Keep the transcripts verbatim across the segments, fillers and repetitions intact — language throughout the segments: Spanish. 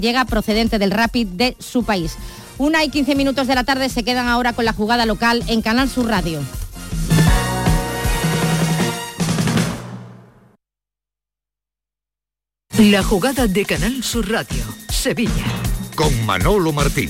llega procedente del Rapid de su país. Una y quince minutos de la tarde se quedan ahora con la jugada local en Canal Sur Radio. La jugada de Canal Sur Radio, Sevilla. Con Manolo Martín.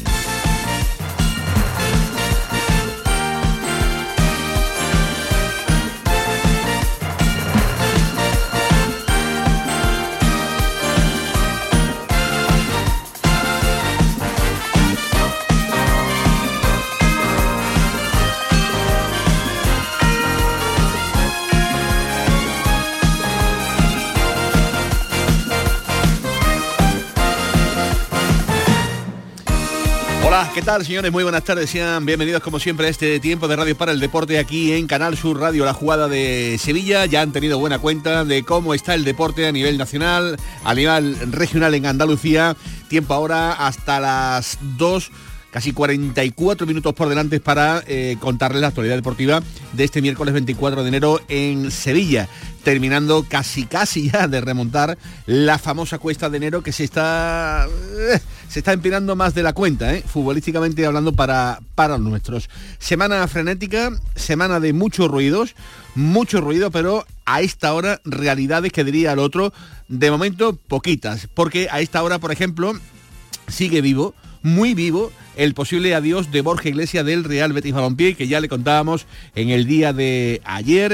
Hola, ¿qué tal, señores? Muy buenas tardes, sean bienvenidos como siempre a este tiempo de Radio para el Deporte aquí en Canal Sur Radio. La jugada de Sevilla, ya han tenido buena cuenta de cómo está el deporte a nivel nacional, a nivel regional en Andalucía. Tiempo ahora hasta las dos, casi cuarenta y cuatro minutos por delante para eh, contarles la actualidad deportiva de este miércoles veinticuatro de enero en Sevilla, terminando casi casi ya de remontar la famosa cuesta de enero que se está eh, se está empinando más de la cuenta, eh, futbolísticamente hablando para, para los nuestros. Semana frenética, semana de muchos ruidos, mucho ruido, pero a esta hora realidades que diría el otro, de momento poquitas, porque a esta hora, por ejemplo, sigue vivo, muy vivo, el posible adiós de Borja Iglesias del Real Betis Balompié, que ya le contábamos en el día de ayer.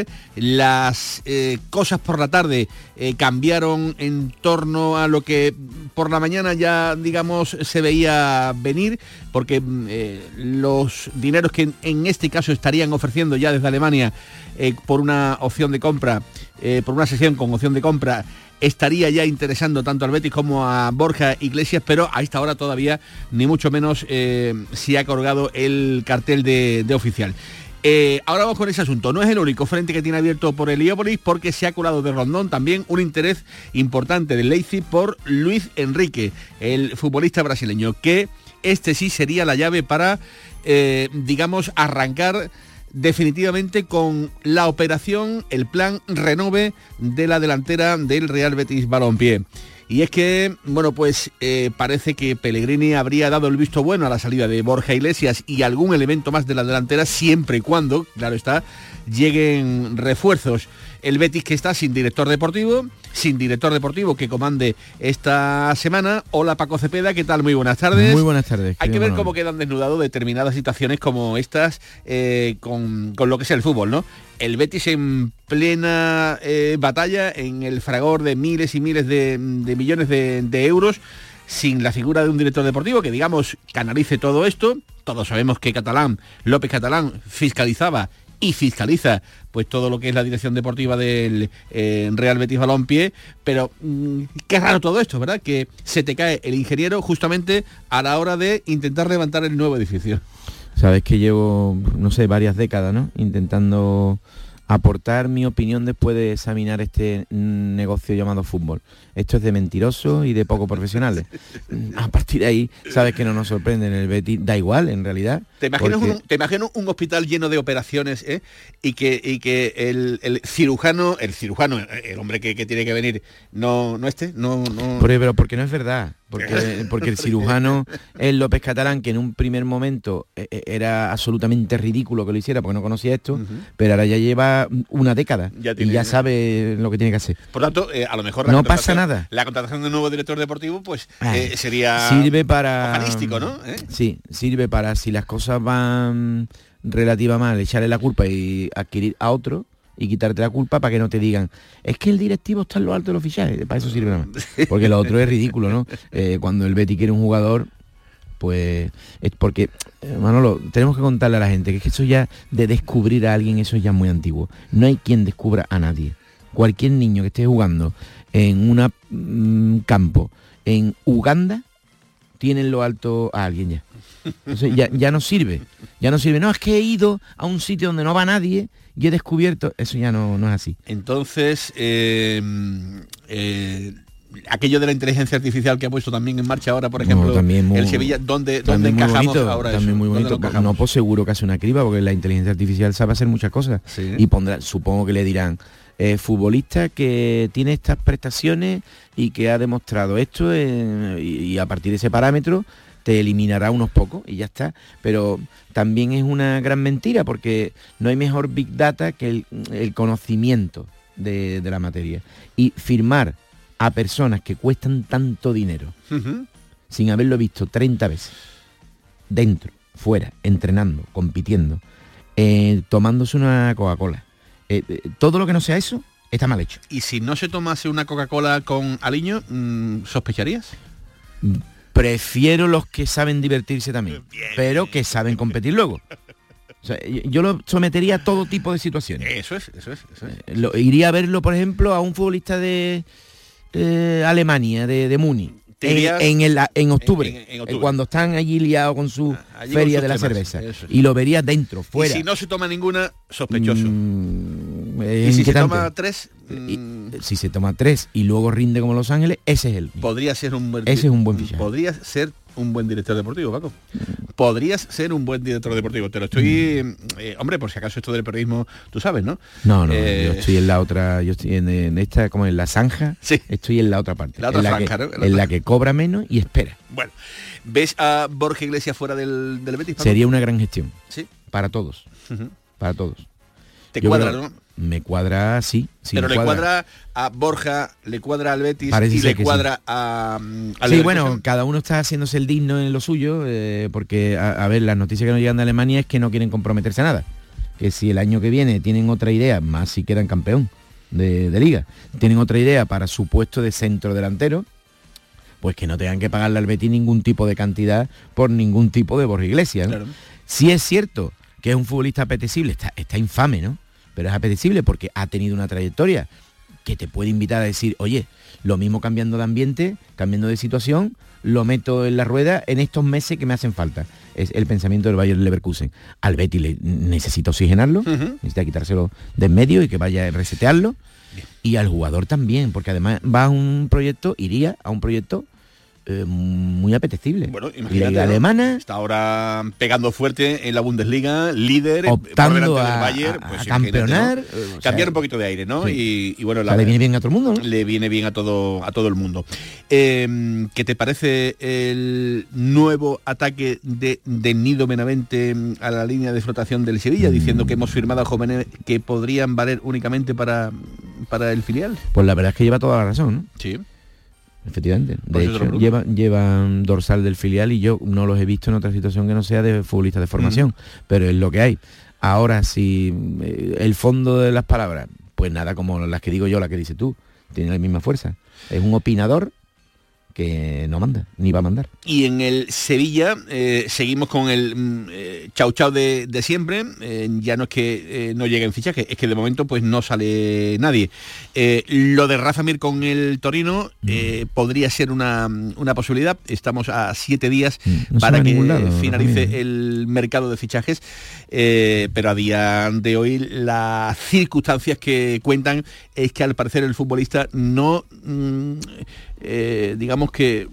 Las eh, cosas por la tarde eh, cambiaron en torno a lo que por la mañana ya, digamos, se veía venir, porque eh, los dineros que en este caso estarían ofreciendo ya desde Alemania eh, por una opción de compra, eh, por una sesión con opción de compra, estaría ya interesando tanto al Betis como a Borja Iglesias, pero a esta hora todavía ni mucho menos eh, se ha colgado el cartel de, de oficial. Eh, ahora vamos con ese asunto. No es el único frente que tiene abierto por Heliópolis, porque se ha colado de Rondón también un interés importante del Leipzig por Luis Enrique, el futbolista brasileño, que este sí sería la llave para, eh, digamos, arrancar definitivamente con la operación, el plan renove de la delantera del Real Betis Balompié. Y es que, bueno, pues eh, parece que Pellegrini habría dado el visto bueno a la salida de Borja Iglesias y algún elemento más de la delantera, siempre y cuando, claro está, lleguen refuerzos. El Betis, que está sin director deportivo, sin director deportivo que comande esta semana. Hola, Paco Cepeda, ¿qué tal? Muy buenas tardes. Muy buenas tardes. Hay que ver cómo quedan desnudados determinadas situaciones como estas eh, con, con lo que es el fútbol, ¿no? El Betis en plena eh, batalla, en el fragor de miles y miles de, de millones de, de euros, sin la figura de un director deportivo que, digamos, canalice todo esto. Todos sabemos que Catalán, López Catalán, fiscalizaba y fiscaliza pues todo lo que es la dirección deportiva del eh, Real Betis Balompié, pero mmm, qué raro todo esto, ¿verdad? Que se te cae el ingeniero justamente a la hora de intentar levantar el nuevo edificio. Sabes que llevo, no sé, varias décadas, ¿no?, intentando aportar mi opinión después de examinar este negocio llamado fútbol. Esto es de mentirosos y de poco profesionales. A partir de ahí, sabes que no nos sorprende en el Betis, da igual en realidad. ¿Te imaginas, porque... un, te imaginas un hospital lleno de operaciones, ¿eh? y que, y que el, el cirujano, el cirujano, el hombre que, que tiene que venir, no, no esté? No, no... Pero, pero porque no es verdad. Porque, porque el cirujano es López Catalán, que en un primer momento era absolutamente ridículo que lo hiciera porque no conocía esto, uh-huh. pero ahora ya lleva una década ya tiene, y ya sabe lo que tiene que hacer. Por tanto, eh, a lo mejor la no pasa nada. La contratación de un nuevo director deportivo, pues eh, sería sirve para ojalístico, ¿no? ¿Eh? Sí, sirve para, si las cosas van relativa mal, echarle la culpa y adquirir a otro y quitarte la culpa para que no te digan, es que el directivo está en lo alto de los fichajes. Para eso sirve nada más. Porque lo otro es ridículo, ¿no? Eh, cuando el Betis quiere un jugador, pues es porque, eh, Manolo, tenemos que contarle a la gente que, es que eso ya de descubrir a alguien, eso ya es muy antiguo. No hay quien descubra a nadie. Cualquier niño que esté jugando en un campo en Uganda tiene en lo alto a alguien ya. Entonces ya, ya no sirve. Ya no sirve. No, es que he ido a un sitio donde no va nadie y he descubierto. Eso ya no, no es así. Entonces, eh, eh, aquello de la inteligencia artificial que ha puesto también en marcha ahora, por ejemplo, no, muy, el Sevilla, ¿dónde, ¿dónde encajamos bonito, ahora también eso? Muy bonito. No, pues seguro que hace una criba, porque la inteligencia artificial sabe hacer muchas cosas. ¿Sí? Y pondrá, supongo que le dirán, eh, futbolista que tiene estas prestaciones y que ha demostrado esto eh, y, y a partir de ese parámetro te eliminará unos pocos y ya está. Pero también es una gran mentira porque no hay mejor Big Data que el, el conocimiento de, de la materia. Y firmar a personas que cuestan tanto dinero, uh-huh. sin haberlo visto treinta veces, dentro, fuera, entrenando, compitiendo, eh, tomándose una Coca-Cola. Eh, eh, todo lo que no sea eso está mal hecho. ¿Y si no se tomase una Coca-Cola con aliño, mmm, sospecharías? Prefiero los que saben divertirse también, bien, pero que saben competir luego. O sea, yo lo sometería a todo tipo de situaciones. Eso es, eso es. Eso es. Eh, lo, iría a verlo, por ejemplo, a un futbolista de eh, Alemania, de, de Múnich. En, en, el, en, octubre, en, en, en octubre, cuando están allí liados con su allí feria con de la temas, cerveza. Es. Y lo verías dentro, fuera. Y si no se toma ninguna, sospechoso. Mm, y si se toma tres... Mm, y, si se toma tres y luego rinde como Los Ángeles, ese es el... Podría ser un buen... Ese es un buen fichaje. Podría ser un buen director deportivo, Paco. Podrías ser un buen director deportivo. Te lo estoy... Mm. Eh, hombre, por si acaso esto del periodismo, tú sabes, ¿no? No, no, eh, yo estoy en la otra... Yo estoy en, en esta, como en la zanja. Sí. Estoy en la otra parte. La otra en la zanja, que, ¿no? En la, en la que cobra menos y espera. Bueno, ¿ves a Borja Iglesias fuera del, del Betis, Paco? Sería una gran gestión. Sí. Para todos. Uh-huh. Para todos. ¿Te yo cuadra, creo, no? Me cuadra, sí. sí Pero me le cuadra. cuadra a Borja, le cuadra al Betis Parece y le cuadra sí. a... a sí, bueno, cada uno está haciéndose el digno en lo suyo, eh, porque, a, a ver, las noticias que nos llegan de Alemania es que no quieren comprometerse a nada. Que si el año que viene tienen otra idea, más si quedan campeón de, de liga, tienen otra idea para su puesto de centro delantero, pues que no tengan que pagarle al Betis ningún tipo de cantidad por ningún tipo de Borja Iglesias, ¿no? Claro. Sí es cierto que es un futbolista apetecible, está, está infame, ¿no? Pero es apetecible porque ha tenido una trayectoria que te puede invitar a decir, oye, lo mismo cambiando de ambiente, cambiando de situación, lo meto en la rueda en estos meses que me hacen falta. Es el pensamiento del Bayer Leverkusen. Al Betis le necesita oxigenarlo, uh-huh. necesita quitárselo de en medio y que vaya a resetearlo. Bien. Y al jugador también, porque además va a un proyecto, iría a un proyecto Eh, muy apetecible. Bueno, imagínate, Liga alemana está ahora pegando fuerte en la Bundesliga, líder, optando por delante a, del Bayern, pues, a campeonar, ¿no? o Cambiar sea, un poquito de aire, ¿no? Sí. Y, y bueno, o sea, la, le viene bien a todo el mundo, ¿no? Le viene bien a todo a todo el mundo. Eh, ¿Qué te parece el nuevo ataque de, de Nido Benavente a la línea de flotación del Sevilla, mm. diciendo que hemos firmado a jóvenes que podrían valer únicamente para, para el filial? Pues la verdad es que lleva toda la razón, ¿no? Sí. Efectivamente. De hecho, lleva, llevan dorsal del filial y yo no los he visto en otra situación que no sea de futbolista de formación, mm. pero es lo que hay. Ahora, si eh, el fondo de las palabras, pues nada, como las que digo yo, las que dices tú, tiene la misma fuerza. Es un opinador que no manda, ni va a mandar. Y en el Sevilla eh, seguimos con el eh, chau chau de, de siempre, eh, ya no es que eh, no lleguen fichajes, es que de momento pues no sale nadie. Eh, lo de Rafa Mir con el Torino eh, mm. podría ser una, una posibilidad, estamos a siete días mm. no para que lado, finalice el mercado de fichajes, eh, pero a día de hoy las circunstancias que cuentan es que al parecer el futbolista no... Mm, Eh, digamos que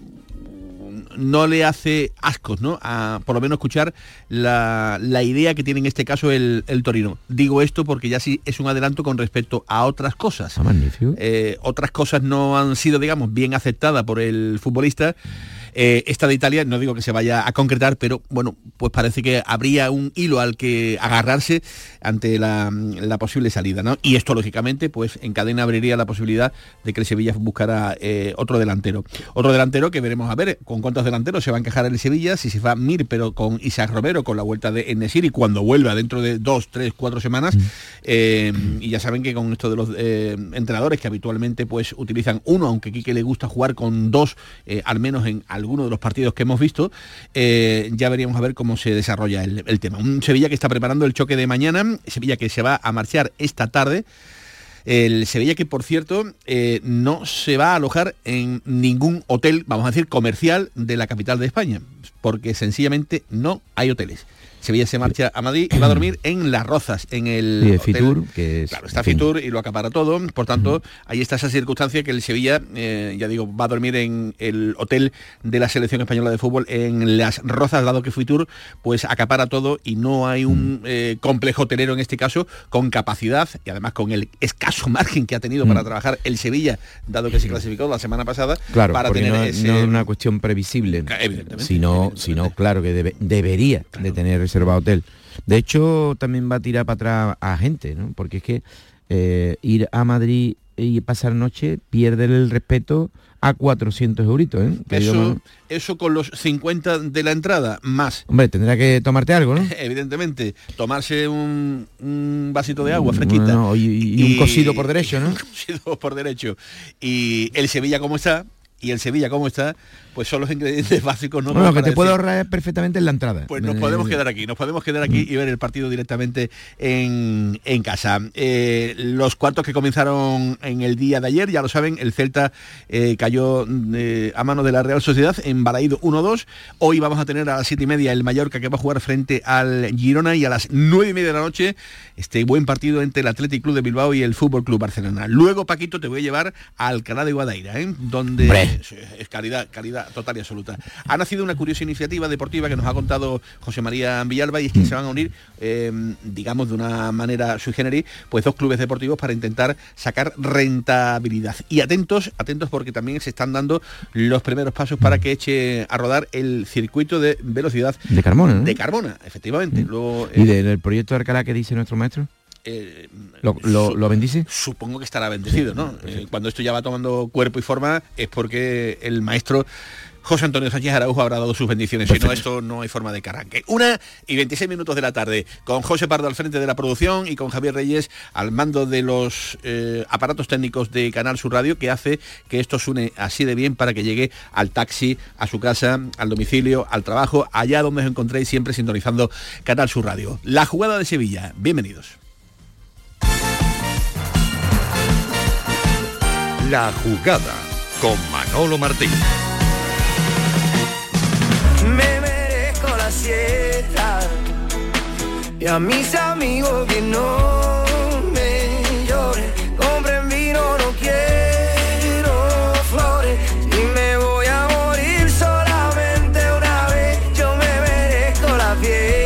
no le hace ascos, ¿no? A por lo menos escuchar la, la idea que tiene en este caso el, el Torino. Digo esto porque ya sí es un adelanto con respecto a otras cosas. Ah, magnífico. Eh, otras cosas no han sido, digamos, bien aceptadas por el futbolista. Eh, esta de Italia, no digo que se vaya a concretar, pero bueno, pues parece que habría un hilo al que agarrarse ante la, la posible salida, ¿no? Y esto, lógicamente, pues en cadena abriría la posibilidad de que el Sevilla buscara eh, otro delantero. Otro delantero que veremos a ver con cuántos delanteros se va a encajar el Sevilla, si se va Mir, pero con Isaac Romero, con la vuelta de En-Nesyri, cuando vuelva dentro de dos, tres, cuatro semanas. Mm. Eh, y ya saben que con esto de los eh, entrenadores que habitualmente pues utilizan uno, aunque Quique le gusta jugar con dos, eh, al menos en alguno de los partidos que hemos visto, eh, ya veríamos a ver cómo se desarrolla el, el tema. Un Sevilla que está preparando el choque de mañana, Sevilla que se va a marchar esta tarde, el Sevilla que, por cierto, eh, no se va a alojar en ningún hotel, vamos a decir, comercial de la capital de España. porque sencillamente no hay hoteles. Sevilla se marcha a Madrid y va a dormir en Las Rozas, en el sí, hotel. Fitur, que es, claro, está Fitur y lo acapara todo, por tanto, uh-huh. ahí está esa circunstancia que el Sevilla, eh, ya digo, va a dormir en el hotel de la selección española de fútbol en Las Rozas, dado que Fitur pues acapara todo y no hay un eh, complejo hotelero en este caso con capacidad y además con el escaso margen que ha tenido uh-huh. para trabajar el Sevilla, dado que se clasificó la semana pasada, claro, para tener no, ese... no es una cuestión previsible, evidentemente, sino, evidentemente. sino claro que debe, debería claro. de tener reservado hotel. De hecho, también va a tirar para atrás a gente, ¿no? Porque es que eh, ir a Madrid y pasar noche pierde el respeto a cuatrocientos euritos, ¿eh? Eso, eso con los cincuenta de la entrada, más. Hombre, tendrá que tomarte algo, ¿no? Evidentemente, tomarse un, un vasito de agua fresquita. No, no, y, y, y un cocido por derecho, ¿no? Un cocido por derecho. Y el Sevilla como está, y el Sevilla como está, pues son los ingredientes básicos. No, bueno, lo que te decir, puedo ahorrar perfectamente en la entrada. Pues nos podemos quedar aquí, nos podemos quedar aquí y ver el partido directamente en, en casa. Eh, los cuartos que comenzaron en el día de ayer, ya lo saben, el Celta eh, cayó eh, a mano de la Real Sociedad en Balaído uno dos. Hoy vamos a tener a las siete y media el Mallorca, que va a jugar frente al Girona, y a las nueve y media de la noche este buen partido entre el Athletic Club de Bilbao y el Fútbol Club Barcelona. Luego, Paquito, te voy a llevar a Alcalá de Guadaira, ¿eh? Donde Bre. es calidad, calidad total y absoluta. Ha nacido una curiosa iniciativa deportiva que nos ha contado José María Villalba, y es que mm. se van a unir, eh, digamos, de una manera sui generis, pues dos clubes deportivos para intentar sacar rentabilidad. Y atentos, atentos porque también se están dando los primeros pasos para que eche a rodar el circuito de velocidad de Carmona, ¿no? De Carmona, efectivamente. Mm. Luego, ¿Y eh, del proyecto de Alcalá que dice nuestro maestro? Eh, ¿Lo, lo, su, ¿Lo bendice? Supongo que estará bendecido, ¿no? Eh, cuando esto ya va tomando cuerpo y forma es porque el maestro José Antonio Sánchez Araujo habrá dado sus bendiciones. Perfecto. Si no, esto no hay forma de que arranque. Una y veintiséis minutos de la tarde, con José Pardo al frente de la producción y con Javier Reyes al mando de los eh, aparatos técnicos de Canal Sur Radio, que hace que esto suene así de bien para que llegue al taxi, a su casa, al domicilio, al trabajo, allá donde os encontréis, siempre sintonizando Canal Sur Radio. La jugada de Sevilla. Bienvenidos. La jugada con Manolo Martín. Me merezco la siesta y a mis amigos que no me lloren. Compren vino, no quiero flores. Si me voy a morir solamente una vez, yo me merezco la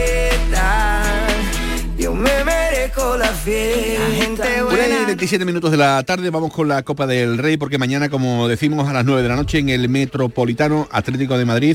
fiesta. Yo me merezco la fiesta. Gente buena. veintisiete minutos de la tarde, vamos con la Copa del Rey, porque mañana, como decimos, a las nueve de la noche en el Metropolitano, Atlético de Madrid,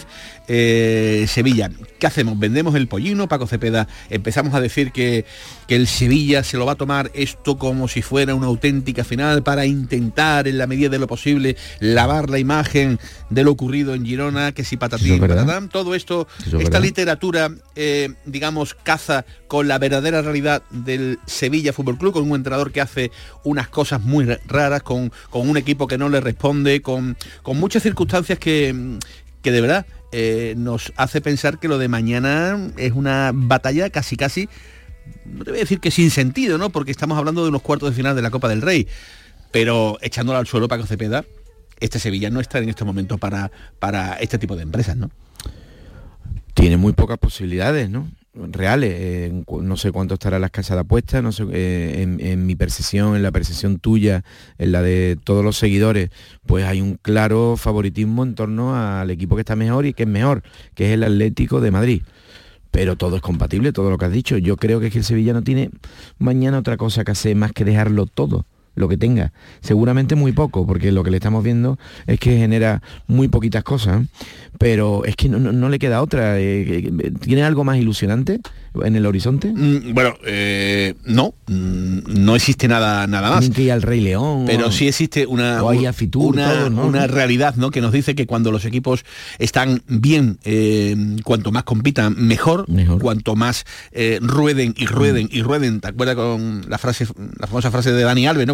eh, Sevilla. ¿Qué hacemos? ¿Vendemos el pollino? Paco Cepeda, empezamos a decir que, que el Sevilla se lo va a tomar esto como si fuera una auténtica final para intentar, en la medida de lo posible, lavar la imagen de lo ocurrido en Girona, que si patatín, patatán, todo esto, esta verdad. literatura, eh, digamos, caza con la verdadera realidad del Sevilla Fútbol Club, con un entrenador que hace unas cosas muy raras, con, con un equipo que no le responde, con, con muchas circunstancias que, que de verdad eh, nos hace pensar que lo de mañana es una batalla casi casi, no te voy a decir que sin sentido, ¿no? Porque estamos hablando de unos cuartos de final de la Copa del Rey, pero echándola al suelo, Paco Cepeda, este Sevilla no está en este momento para, para este tipo de empresas, ¿no? Tiene muy pocas posibilidades, ¿no? Reales, eh, no sé cuánto estará las casas de apuestas, no sé, eh, en, en mi percepción, en la percepción tuya, en la de todos los seguidores, pues hay un claro favoritismo en torno al equipo que está mejor y que es mejor, que es el Atlético de Madrid. Pero todo es compatible, todo lo que has dicho. Yo creo que es que el Sevilla no tiene mañana otra cosa que hacer más que dejarlo todo, lo que tenga. Seguramente muy poco, porque lo que le estamos viendo es que genera muy poquitas cosas, ¿eh? Pero es que no, no, no le queda otra. Eh, ¿Tiene algo más ilusionante en el horizonte? Mm, bueno, eh, no, mm, no existe nada nada más. Tienen que ir al Rey León. Pero o, sí existe una, o a Fitur, una, todo, ¿no? una realidad, ¿no? Que nos dice que cuando los equipos están bien, eh, cuanto más compitan, mejor, mejor. Cuanto más eh, rueden y rueden mm. y rueden. ¿Te acuerdas con la frase, la famosa frase de Dani Alves, ¿no?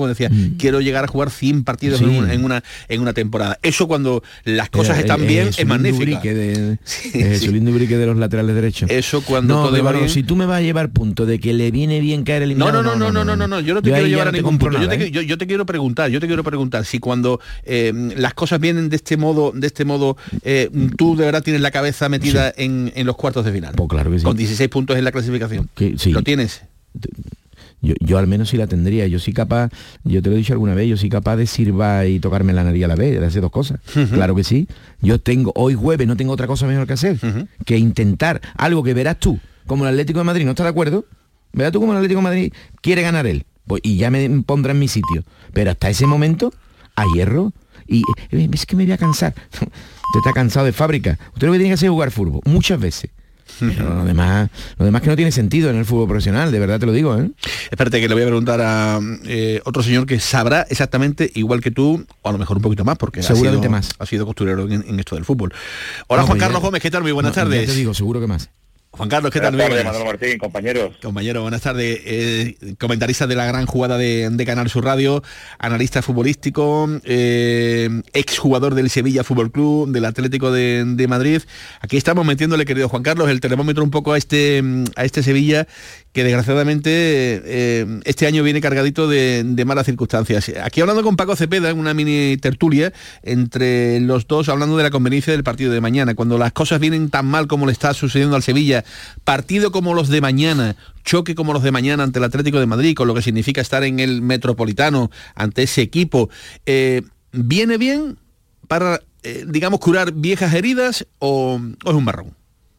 decía, mm. quiero llegar a jugar cien partidos sí. en, una, en, una, en una temporada. Eso cuando las cosas Era, están el, bien el es magnífico. De, sí, es sí. el lindo brique de los laterales derechos. Eso cuando no, todo de va Barón, bien... si tú me vas a llevar punto de que le viene bien caer eliminado... No, no, no, no, no, no, no, no, no. yo no te yo quiero llevar a ningún punto. Nada, yo, te, ¿eh? yo, yo te quiero preguntar, yo te quiero preguntar si cuando eh, las cosas vienen de este modo, de este modo, eh, tú de verdad tienes la cabeza metida sí. en, en los cuartos de final. Pues claro que sí. Con dieciséis puntos en la clasificación. Que, sí. ¿Lo tienes? Yo, yo al menos sí la tendría. Yo soy capaz, yo te lo he dicho alguna vez, yo soy capaz de sirvar y tocarme la nariz a la vez, de hacer dos cosas. Uh-huh. Claro que sí. Yo tengo, hoy jueves no tengo otra cosa mejor que hacer uh-huh. que intentar algo que verás tú, como el Atlético de Madrid no está de acuerdo, verás tú como el Atlético de Madrid quiere ganar él, pues, y ya me pondrá en mi sitio. Pero hasta ese momento, a hierro, y es que me voy a cansar. Usted está cansado de fábrica. Usted lo que tiene que hacer es jugar fútbol, muchas veces. Pero lo demás, lo demás que no tiene sentido en el fútbol profesional, de verdad te lo digo, ¿eh? Espérate que le voy a preguntar a eh, otro señor que sabrá exactamente igual que tú, o a lo mejor un poquito más, porque seguramente ha sido, más. ha sido costurero en, en esto del fútbol. Hola, no, Juan Carlos ya, Gómez, ¿qué tal? Muy buenas no, tardes. Ya te digo, seguro que más. Juan Carlos, ¿qué buenas tal? Tardes, Manolo Martín, compañeros. Compañero, buenas tardes. Eh, comentarista de la gran jugada de, de Canal Sur Radio, analista futbolístico, eh, exjugador del Sevilla Fútbol Club, del Atlético de, de Madrid. Aquí estamos metiéndole, querido Juan Carlos, el termómetro un poco a este, a este Sevilla, que desgraciadamente eh, este año viene cargadito de, de malas circunstancias. Aquí hablando con Paco Cepeda en una mini tertulia entre los dos, hablando de la conveniencia del partido de mañana. Cuando las cosas vienen tan mal como le está sucediendo al Sevilla, partido como los de mañana, choque como los de mañana ante el Atlético de Madrid, con lo que significa estar en el Metropolitano ante ese equipo, eh, ¿viene bien para, eh, digamos, curar viejas heridas o, o es un marrón?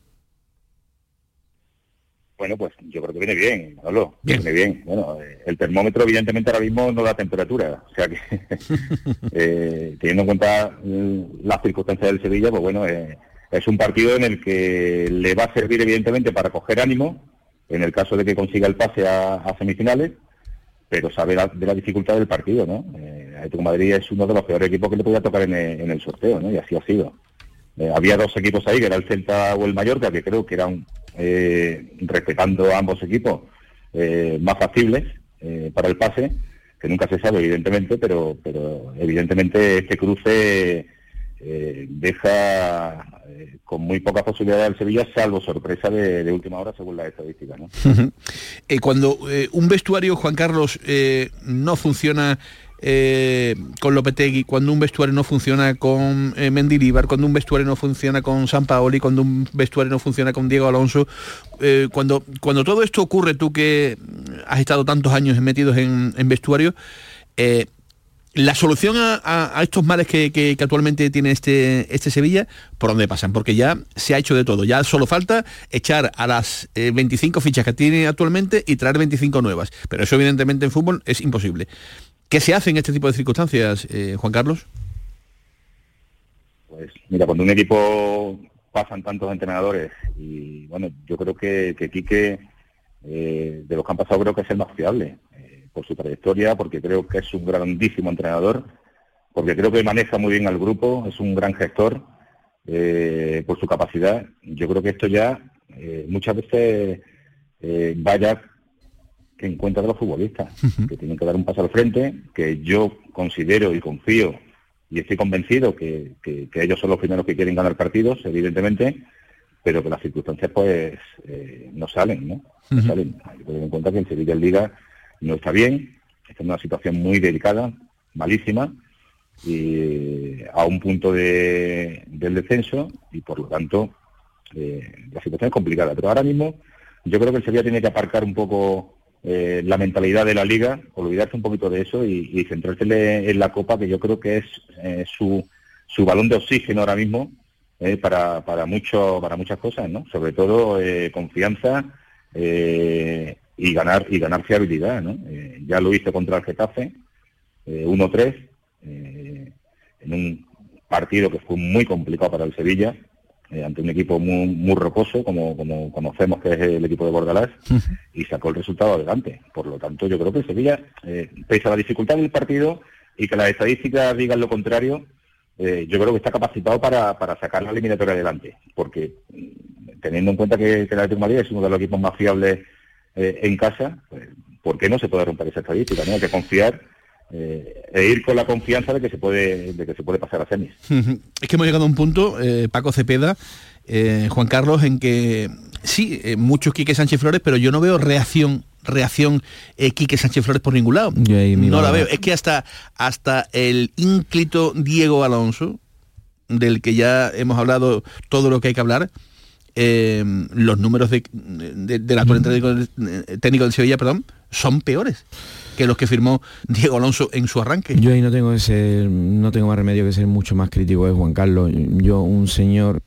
Bueno, pues yo creo que viene bien, Manolo, bien. viene bien. Bueno, eh, el termómetro evidentemente ahora mismo no da temperatura, o sea que eh, teniendo en cuenta eh, las circunstancias del Sevilla, pues bueno, eh, es un partido en el que le va a servir evidentemente para coger ánimo, en el caso de que consiga el pase a, a semifinales, pero sabe la, de la dificultad del partido, ¿no? Eh, Atlético Madrid es uno de los peores equipos que le podía tocar en el, en el sorteo, ¿no? Y así ha sido. Eh, había dos equipos ahí, que era el Celta o el Mallorca, que creo que eran, eh, respetando a ambos equipos, eh, más factibles eh, para el pase, que nunca se sabe, evidentemente, pero, pero evidentemente este cruce eh, deja eh, con muy pocas posibilidades al Sevilla, salvo sorpresa de, de última hora, según las estadísticas, ¿no? eh, cuando eh, un vestuario, Juan Carlos, eh, no funciona... Eh, con Lopetegui, cuando un vestuario no funciona con eh, Mendilibar, cuando un vestuario no funciona con Sampaoli, cuando un vestuario no funciona con Diego Alonso, eh, cuando, cuando todo esto ocurre, tú que has estado tantos años metidos en, en vestuario, eh, la solución a, a, a estos males que, que, que actualmente tiene este, este Sevilla, ¿por dónde pasan? Porque ya se ha hecho de todo, ya solo falta echar a las eh, veinticinco fichas que tiene actualmente y traer veinticinco nuevas, pero eso evidentemente en fútbol es imposible. ¿Qué se hace en este tipo de circunstancias, eh, Juan Carlos? Pues mira, cuando un equipo pasan tantos entrenadores, y bueno, yo creo que, que Quique, eh, de los que han pasado, creo que es el más fiable, eh, por su trayectoria, porque creo que es un grandísimo entrenador, porque creo que maneja muy bien al grupo, es un gran gestor, eh, por su capacidad. Yo creo que esto ya eh, muchas veces eh, vaya... que en cuenta de los futbolistas, uh-huh. que tienen que dar un paso al frente, que yo considero y confío y estoy convencido que, que, que ellos son los primeros que quieren ganar partidos, evidentemente, pero que las circunstancias pues eh, no salen, ¿no? Uh-huh. No salen. Hay que tener en cuenta que el Sevilla en Liga no está bien, está en una situación muy delicada, malísima, y a un punto de, del descenso, y por lo tanto eh, la situación es complicada. Pero ahora mismo yo creo que el Sevilla tiene que aparcar un poco Eh, la mentalidad de la Liga, olvidarse un poquito de eso y, y centrarse en la Copa, que yo creo que es eh, su, su balón de oxígeno ahora mismo eh, para para mucho para muchas cosas, ¿no? Sobre todo eh, confianza eh, y ganar y ganar fiabilidad, ¿no? Eh, ya lo hizo contra el Getafe, eh, uno tres, eh, en un partido que fue muy complicado para el Sevilla, Eh, ante un equipo muy, muy rocoso, como, como conocemos que es el equipo de Bordalás, uh-huh. y sacó el resultado adelante. Por lo tanto, yo creo que el Sevilla, eh, pese a la dificultad del partido y que las estadísticas digan lo contrario, eh, yo creo que está capacitado para, para sacar la eliminatoria adelante, porque teniendo en cuenta que, que el Atlético de Madrid es uno de los equipos más fiables eh, en casa, pues, ¿por qué no se puede romper esa estadística, ¿no? Hay que confiar eh, e ir con la confianza de que se puede de que se puede pasar a semis. Es que hemos llegado a un punto, eh, Paco Cepeda, eh, Juan Carlos, en que sí, eh, muchos Quique Sánchez Flores, pero yo no veo reacción reacción eh, Quique Sánchez Flores por ningún lado. No la veo. Es que hasta hasta el ínclito Diego Alonso, del que ya hemos hablado todo lo que hay que hablar, eh, los números de, de, del actual técnico, técnico del Sevilla, perdón, son peores que los que firmó Diego Alonso en su arranque. Yo ahí no tengo que ser, no tengo más remedio que ser mucho más crítico de Juan Carlos. Yo, un señor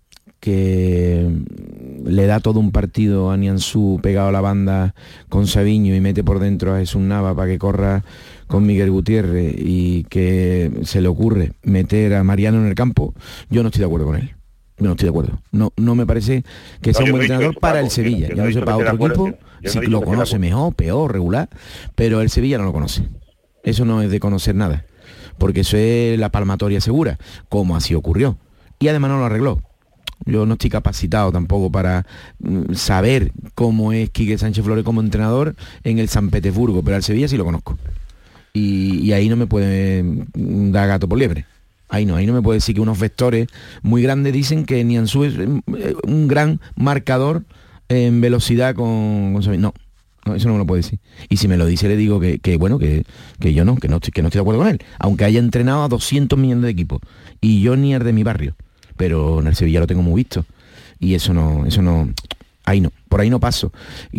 que le da todo un partido a Nianzú pegado a la banda con Sabiño y mete por dentro a Jesús Nava para que corra con Miguel Gutiérrez, y que se le ocurre meter a Mariano en el campo, yo no estoy de acuerdo con él. Yo no estoy de acuerdo. No, no me parece que sea no, un buen entrenador eso, para Paco, el Sevilla. Yo, yo, yo no sé para otro equipo, si lo conoce mejor, peor, regular, pero el Sevilla no lo conoce. Eso no es de conocer nada, porque eso es la palmatoria segura, como así ocurrió. Y además no lo arregló. Yo no estoy capacitado tampoco para mm, saber cómo es Quique Sánchez Flores como entrenador en el San Petersburgo, pero al Sevilla sí lo conozco. Y, y ahí no me puede dar gato por liebre. Ahí no, ahí no me puede decir que unos vectores muy grandes dicen que Nianzú es un gran marcador en velocidad con, con no, no, eso no me lo puede decir. Y si me lo dice le digo que, que bueno, que, que yo no, que no, estoy, que no estoy de acuerdo con él, aunque haya entrenado a doscientos millones de equipos. Y yo ni es de mi barrio, pero en el Sevilla lo tengo muy visto. Y eso no, eso no, ahí no, por ahí no paso.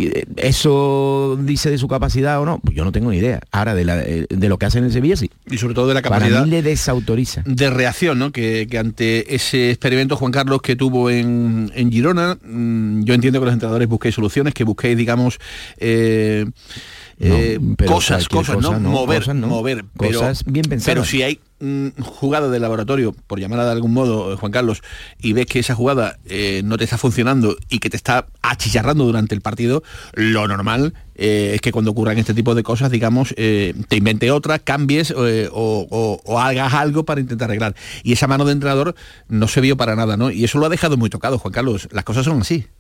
¿Eso dice de su capacidad o no? Pues yo no tengo ni idea. Ahora, de, la, de lo que hace en el Sevilla, sí. Y sobre todo de la capacidad... Para mí le desautoriza. De reacción, ¿no? Que, que ante ese experimento, Juan Carlos, que tuvo en, en Girona, mmm, yo entiendo que los entrenadores busquéis soluciones, que busquéis, digamos... Eh, Eh, no, cosas, cosas, cosa, ¿no? Mover, cosas, no. mover. Pero, cosas bien pensadas. Pero si hay mm, jugada de laboratorio, por llamarla de algún modo, Juan Carlos, y ves que esa jugada eh, no te está funcionando y que te está achicharrando durante el partido, lo normal eh, es que cuando ocurran este tipo de cosas, digamos, eh, te invente otra, cambies eh, o, o, o hagas algo para intentar arreglar. Y esa mano de entrenador no se vio para nada, ¿no? Y eso lo ha dejado muy tocado, Juan Carlos. Las cosas son así.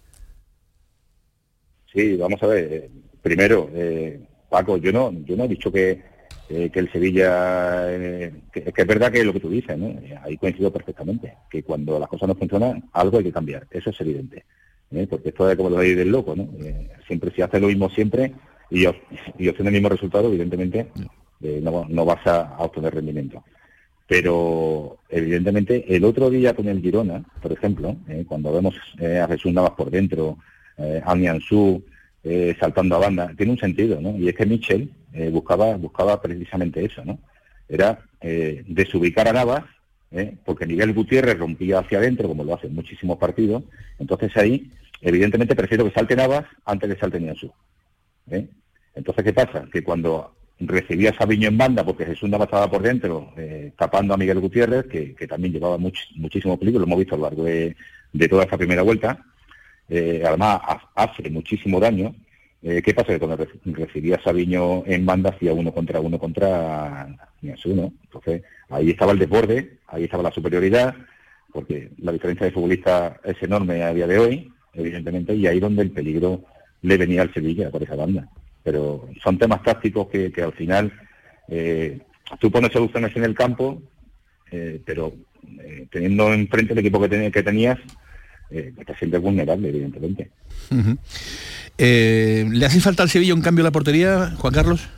Sí, vamos a ver. Primero, eh, Paco, yo no yo no he dicho que, eh, que el Sevilla... Eh, que, que es verdad que es lo que tú dices, ¿no? Ahí coincido perfectamente, que cuando las cosas no funcionan, algo hay que cambiar, eso es evidente. ¿eh? Porque esto es como lo de ir del loco, ¿no? Eh, siempre si haces lo mismo siempre y, y obtienes el mismo resultado, evidentemente eh, no, no vas a, a obtener rendimiento. Pero, evidentemente, el otro día con el Girona, por ejemplo, eh, cuando vemos eh, a Jesús Navas por dentro, eh, a Nianzú, Eh, saltando a banda, tiene un sentido, ¿no? Y es que Michel eh, buscaba buscaba precisamente eso, ¿no? Era eh, desubicar a Navas, ¿eh? porque Miguel Gutiérrez rompía hacia adentro, como lo hace en muchísimos partidos, entonces ahí, evidentemente, prefiero que salte Navas antes de salte Nianzú. ¿eh? Entonces, ¿qué pasa? Que cuando recibía a Sabiño en banda, porque Jesús Navas estaba por dentro, eh, tapando a Miguel Gutiérrez, que, que también llevaba much, muchísimo peligro, lo hemos visto a lo largo de, de toda esta primera vuelta, Eh, además hace muchísimo daño. Eh, ¿Qué pasa? Que cuando re- recibía a Sabiño en banda hacía uno contra uno contra Nianzú, ¿no? Entonces ahí estaba el desborde, ahí estaba la superioridad, porque la diferencia de futbolistas es enorme a día de hoy, evidentemente, y ahí donde el peligro le venía al Sevilla por esa banda. Pero son temas tácticos que, que al final eh, tú pones soluciones en el campo, eh, pero eh, teniendo enfrente el equipo que, ten- que tenías, Eh, está siempre vulnerable, evidentemente. Uh-huh. Eh, ¿Le hace falta al Sevilla un cambio en la portería, Juan Carlos?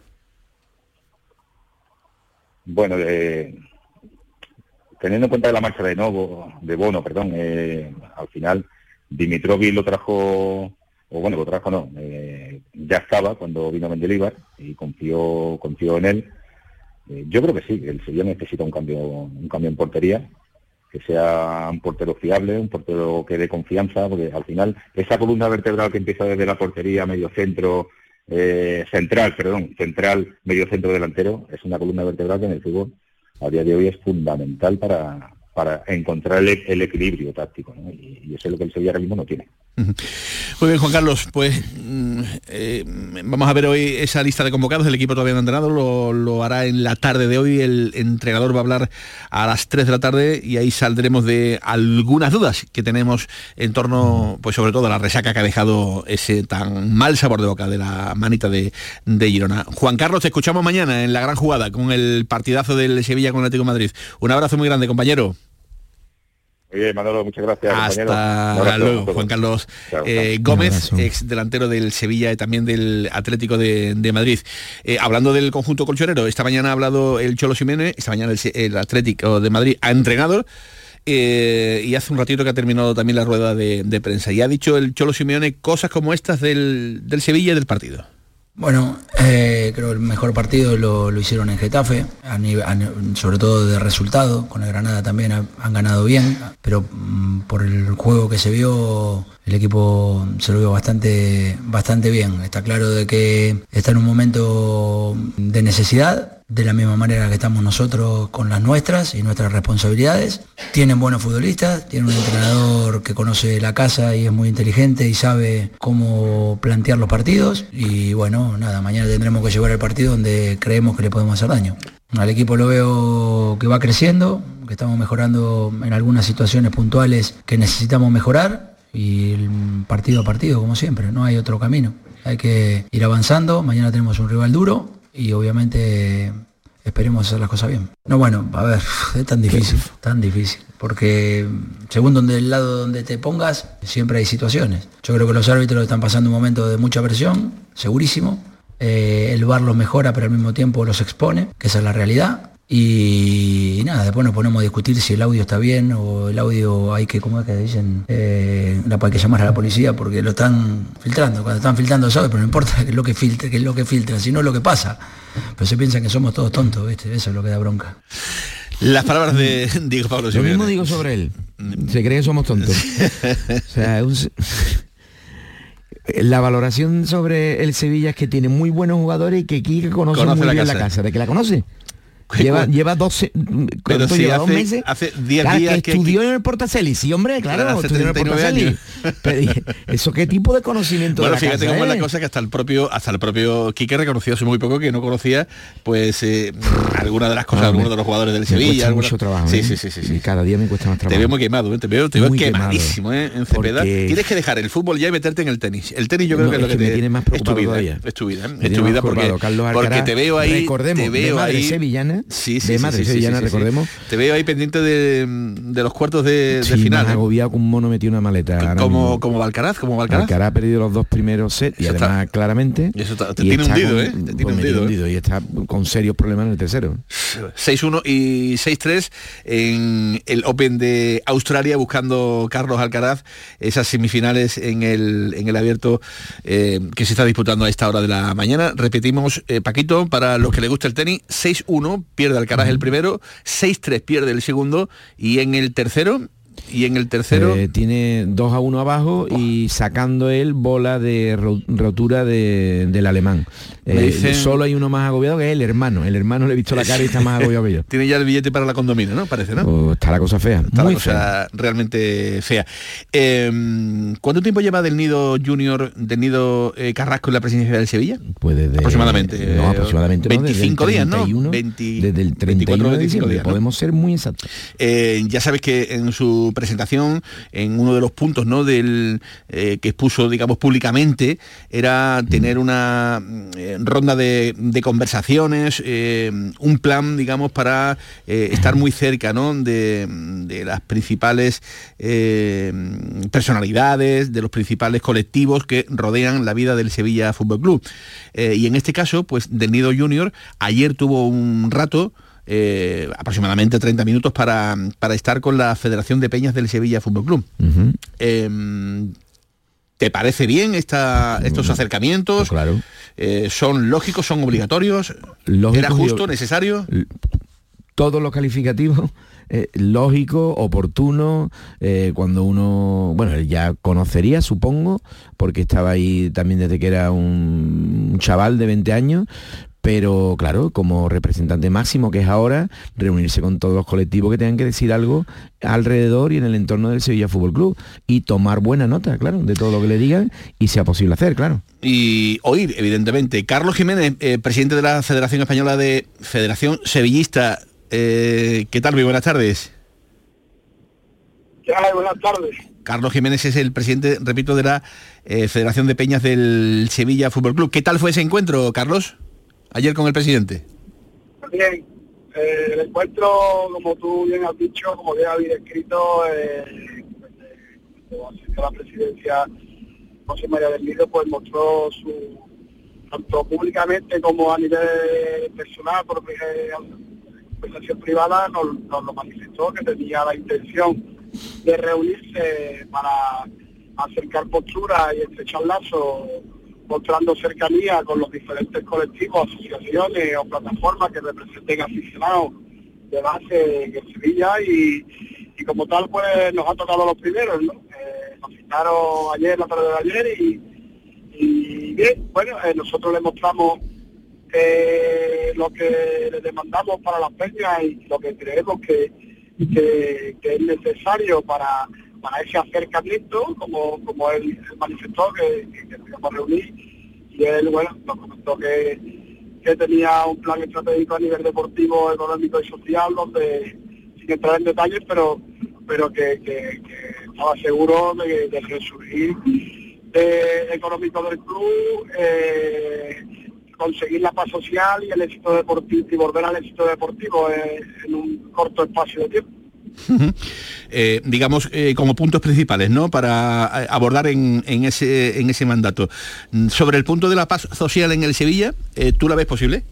Bueno, eh, teniendo en cuenta la marcha de Novo, de Bono, perdón, eh, al final Dimitrovic lo trajo, o bueno, lo trajo no, eh, ya estaba cuando vino Mendilibar y confió, confió en él. Eh, yo creo que sí, el Sevilla necesita un cambio, un cambio en portería, que sea un portero fiable, un portero que dé confianza, porque al final esa columna vertebral que empieza desde la portería, medio centro, eh, central, perdón, central, medio centro delantero, es una columna vertebral que en el fútbol a día de hoy es fundamental para, para encontrar el, el equilibrio táctico, ¿no? Y, y eso es lo que el Sevilla ahora mismo no tiene. Muy bien, Juan Carlos, pues eh, vamos a ver hoy esa lista de convocados. El equipo todavía no ha entrenado, lo, lo hará en la tarde de hoy. El entrenador va a hablar a las tres de la tarde y ahí saldremos de algunas dudas que tenemos en torno, pues sobre todo a la resaca que ha dejado ese tan mal sabor de boca de la manita de, de Girona. Juan Carlos, te escuchamos mañana en la gran jugada con el partidazo del Sevilla con el Atlético de Madrid. Un abrazo muy grande, compañero. Oye, Manolo, muchas gracias. Hasta luego, Juan Carlos eh, Gómez, ex delantero del Sevilla y también del Atlético de, de Madrid. Eh, hablando del conjunto colchonero, esta mañana ha hablado el Cholo Simeone, esta mañana el, el Atlético de Madrid ha entrenado eh, y hace un ratito que ha terminado también la rueda de, de prensa. Y ha dicho el Cholo Simeone cosas como estas del, del Sevilla y del partido. Bueno, eh, creo que el mejor partido lo, lo hicieron en Getafe, a nivel, a, sobre todo de resultado, con el Granada también ha, han ganado bien, pero mm, por el juego que se vio, el equipo se lo vio bastante, bastante bien. Está claro de que está en un momento de necesidad, de la misma manera que estamos nosotros con las nuestras y nuestras responsabilidades. Tienen buenos futbolistas, tienen un entrenador que conoce la casa y es muy inteligente y sabe cómo plantear los partidos. Y bueno, nada, mañana tendremos que llevar el partido donde creemos que le podemos hacer daño. Al equipo lo veo que va creciendo, que estamos mejorando en algunas situaciones puntuales que necesitamos mejorar, y el partido a partido, como siempre, no hay otro camino. Hay que ir avanzando, mañana tenemos un rival duro y obviamente esperemos hacer las cosas bien. No, bueno, a ver, es tan difícil, tan difícil, porque según donde el lado donde te pongas, siempre hay situaciones. Yo creo que los árbitros están pasando un momento de mucha presión, segurísimo. Eh, el V A R los mejora, pero al mismo tiempo los expone, que esa es la realidad. Y, y nada, después nos ponemos a discutir si el audio está bien o el audio hay que, ¿cómo es que dicen? Eh, hay que llamar a la policía porque lo están filtrando. Cuando están filtrando sabe, pero no importa qué es lo que filtra, qué es lo que filtra, sino lo que pasa. Pero se piensan que somos todos tontos, ¿viste? Eso es lo que da bronca. Las palabras de Diego Pablo Simeone. Lo mismo digo sobre él. Se cree que somos tontos. O sea, es un... La valoración sobre el Sevilla es que tiene muy buenos jugadores y que Quique conoce, conoce muy la bien casa. la casa. ¿De que la conoce? Lleva, lleva doce, pero si lleva hace, dos meses. Hace diez claro, días que que estudió que... en el Portacelli, sí, hombre, claro, claro estudió en el Portacelli. Pero, ¿eso qué tipo de conocimiento bueno, de la fíjate casa, cómo eh? es la cosa que hasta el propio hasta el propio Quique reconoció hace muy poco que no conocía pues eh, alguna de las cosas, ah, algunos de los jugadores del Sevilla. Cuesta alguna... mucho trabajo, sí, ¿eh? sí, sí, sí, sí. Y cada día me cuesta más trabajo. Te veo muy quemado, ¿eh? te veo, te veo muy quemadísimo, quemado, ¿eh? En Cepeda. porque... Tienes que dejar el fútbol ya y meterte en el tenis. El tenis yo creo no, que es lo que, que te te tiene más preocupado es tu vida, todavía. Es tu vida, me es tu vida porque, Carlos Alcaraz, porque te veo ahí, recordemos, te veo de madre ahí sevillana, sí, sí, de sí, madre sí, sevillana, sí, sí, recordemos. Sí. Te veo ahí pendiente de, de los cuartos de, sí, de final. Más ¿eh? agobiado que un mono metió una maleta. Como como Alcaraz, como Alcaraz. Alcaraz ha perdido los dos primeros sets y eso además está, claramente. Y eso está, te tiene hundido, ¿eh? Te tiene hundido, hundido, ¿eh? Y está con serios problemas en el tercero. seis uno y seis tres en el Open de Australia, buscando Carlos Alcaraz esas semifinales en el en el abierto eh, que se está disputando a esta hora de la mañana. Repetimos, eh, Paquito, para los que les gusta el tenis, seis uno pierde Alcaraz el primero, seis tres pierde el segundo y en el tercero y en el tercero eh, tiene dos a uno abajo oh. y sacando él bola de rotura de, del alemán. Eh, dicen... Solo hay uno más agobiado que es el hermano. El hermano le he visto la cara y está más agobiado que yo. Tiene ya el billete para la condomina, ¿no? Parece, ¿no? Oh, está la cosa fea. Está muy la cosa fea. realmente fea. Eh, ¿Cuánto tiempo lleva del Nido Junior, del Nido eh, Carrasco en la presidencia del Sevilla? Pues desde... Aproximadamente. No, aproximadamente veinticinco no, días, ¿no? veinte, desde el treinta y uno de diciembre. Días, ¿no? Podemos ser muy exactos. Eh, ya sabes que en su presentación, en uno de los puntos, ¿no? del eh, que expuso, digamos, públicamente, era tener una eh, ronda de, de conversaciones, eh, un plan, digamos, para eh, estar muy cerca, ¿no? de, de las principales eh, personalidades, de los principales colectivos que rodean la vida del Sevilla Fútbol Club. Eh, y en este caso, pues, del Nido Junior, ayer tuvo un rato, Eh, aproximadamente treinta minutos para, para estar con la Federación de Peñas del Sevilla Fútbol Club. Uh-huh. eh, ¿Te parece bien esta, estos acercamientos? Pues claro. Eh, ¿Son lógicos, son obligatorios? Lógico, ¿Era justo, necesario? Todos los calificativos, eh, lógico, oportuno, eh, cuando uno, bueno, él ya conocería, supongo, porque estaba ahí también desde que era un, un chaval de veinte años, pero claro, como representante máximo que es ahora, reunirse con todos los colectivos que tengan que decir algo alrededor y en el entorno del Sevilla Fútbol Club y tomar buena nota, claro, de todo lo que le digan y sea posible hacer, claro. Y oír, evidentemente. Carlos Jiménez, eh, presidente de la Federación Española de Federación Sevillista, eh, ¿qué tal? Muy buenas tardes. ¿Qué hay? Buenas tardes. Carlos Jiménez es el presidente, repito, de la eh, Federación de Peñas del Sevilla Fútbol Club. ¿Qué tal fue ese encuentro, Carlos, ayer con el presidente? Bien, eh, el encuentro, como tú bien has dicho, como bien habéis escrito, eh, de la presidencia José María del Nido, pues mostró su, tanto públicamente como a nivel personal, por eh, conversación privada, nos, nos lo manifestó que tenía la intención de reunirse para acercar posturas y estrechar lazos, mostrando cercanía con los diferentes colectivos, asociaciones o plataformas que representen aficionados de base en Sevilla y, y como tal pues nos ha tocado los primeros, ¿no? Eh, nos citaron ayer, la tarde de ayer y, y bien, bueno, eh, nosotros le mostramos eh, lo que le demandamos para las peñas y lo que creemos que, que, que es necesario para para ese acercamiento, como como él manifestó que, que, que nos íbamos a reunir, y él, bueno, nos comentó que, que tenía un plan estratégico a nivel deportivo, económico y social, donde, sin entrar en detalles, pero pero que, que, que estaba seguro de, de resurgir de, económico del club, eh, conseguir la paz social y el éxito deportivo, y volver al éxito deportivo eh, en un corto espacio de tiempo. Eh, digamos eh, como puntos principales, ¿no?, para abordar en, en ese en ese mandato. Sobre el punto de la paz social en el Sevilla, eh, ¿tú la ves posible?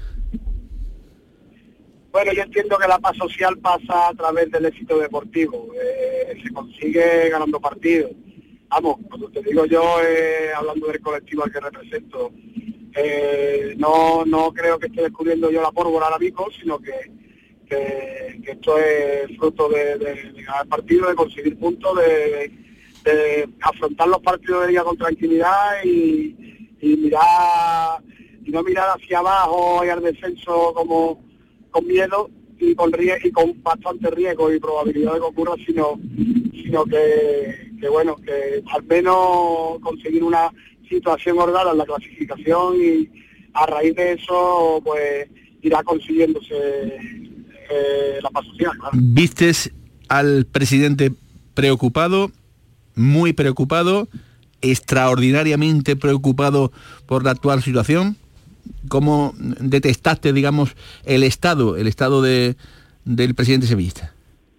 Bueno, yo entiendo que la paz social pasa a través del éxito deportivo, eh, se consigue ganando partidos. Vamos, cuando te digo yo, eh, hablando del colectivo al que represento, eh, no no creo que esté descubriendo yo la pólvora ahora mismo, sino que Que, que esto es fruto de, de, de ganar partidos, de conseguir puntos, de, de afrontar los partidos de liga con tranquilidad y, y mirar y no mirar hacia abajo y al descenso como con miedo y con rie- y con bastante riesgo y probabilidad de que ocurra, sino sino que, que bueno, que al menos conseguir una situación ordenada en la clasificación y a raíz de eso pues irá consiguiéndose Eh, la paz social, claro. ¿Vistes al presidente preocupado, muy preocupado, extraordinariamente preocupado por la actual situación? ¿Cómo detestaste, digamos, el estado, el estado de, del presidente sevillista?